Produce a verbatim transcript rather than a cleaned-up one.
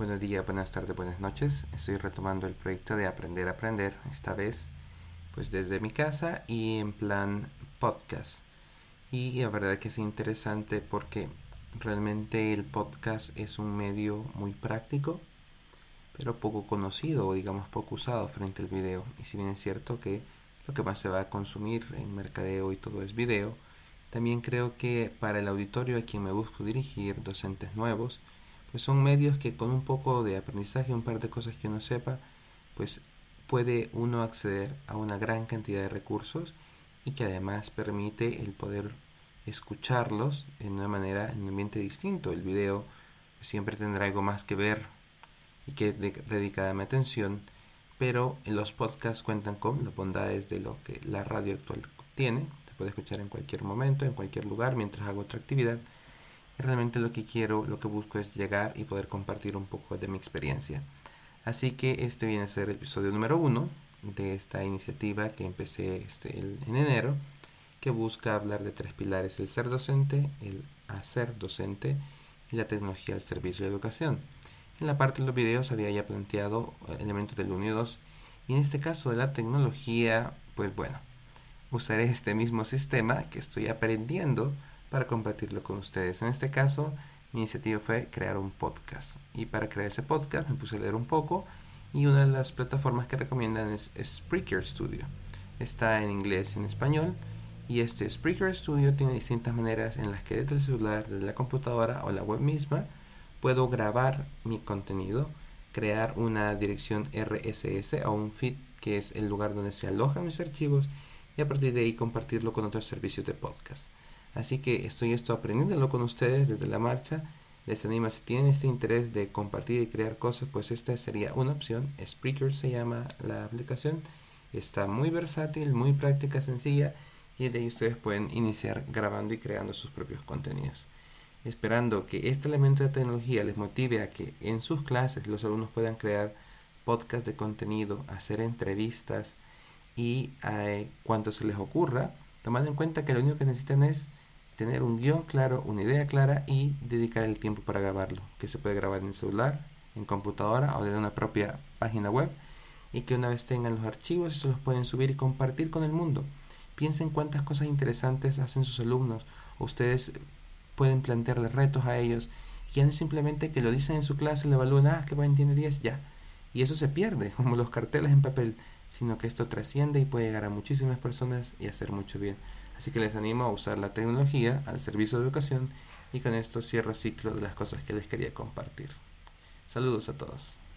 Buenos días, buenas tardes, buenas noches. Estoy retomando el proyecto de Aprender a Aprender, esta vez pues desde mi casa y en plan podcast. Y la verdad que es interesante porque realmente el podcast es un medio muy práctico, pero poco conocido o digamos poco usado frente al video. Y si bien es cierto que lo que más se va a consumir en mercadeo y todo es video, también creo que para el auditorio a quien me busco dirigir, docentes nuevos, pues son medios que con un poco de aprendizaje, un par de cosas que uno sepa, pues puede uno acceder a una gran cantidad de recursos y que además permite el poder escucharlos en una manera, en un ambiente distinto. El video siempre tendrá algo más que ver y que dedicará mi atención, pero los podcasts cuentan con las bondades de lo que la radio actual tiene. Se puede escuchar en cualquier momento, en cualquier lugar, mientras hago otra actividad. Y realmente lo que quiero, lo que busco es llegar y poder compartir un poco de mi experiencia. Así que este viene a ser el episodio número uno de esta iniciativa que empecé este, el, en enero, que busca hablar de tres pilares: el ser docente, el hacer docente y la tecnología al servicio de la educación. En la parte de los videos había ya planteado elementos del uno y dos, y en este caso de la tecnología, pues bueno, usaré este mismo sistema que estoy aprendiendo para compartirlo con ustedes. En este caso, mi iniciativa fue crear un podcast. Y para crear ese podcast me puse a leer un poco, y una de las plataformas que recomiendan es Spreaker Studio. Está en inglés y en español, y este Spreaker Studio tiene distintas maneras en las que desde el celular, desde la computadora o la web misma, puedo grabar mi contenido, crear una dirección R S S o un feed, que es el lugar donde se alojan mis archivos, y a partir de ahí compartirlo con otros servicios de podcast. Así que estoy esto aprendiéndolo con ustedes desde la marcha. Les animo, si tienen este interés de compartir y crear cosas, pues esta sería una opción. Spreaker se llama la aplicación. Está muy versátil, muy práctica, sencilla, y de ahí ustedes pueden iniciar grabando y creando sus propios contenidos. Esperando que este elemento de tecnología les motive a que en sus clases los alumnos puedan crear podcasts de contenido, hacer entrevistas y eh, cuanto se les ocurra, tomando en cuenta que lo único que necesitan es tener un guión claro, una idea clara y dedicar el tiempo para grabarlo, que se puede grabar en el celular, en computadora o desde una propia página web, y que una vez tengan los archivos, se los pueden subir y compartir con el mundo. Piensen cuántas cosas interesantes hacen sus alumnos. Ustedes pueden plantearles retos a ellos, y ya no es simplemente que lo dicen en su clase, le evalúan, ah, que bueno, tiene diez, ya. Y eso se pierde, como los carteles en papel, sino que esto trasciende y puede llegar a muchísimas personas y hacer mucho bien. Así que les animo a usar la tecnología al servicio de educación, y con esto cierro el ciclo de las cosas que les quería compartir. Saludos a todos.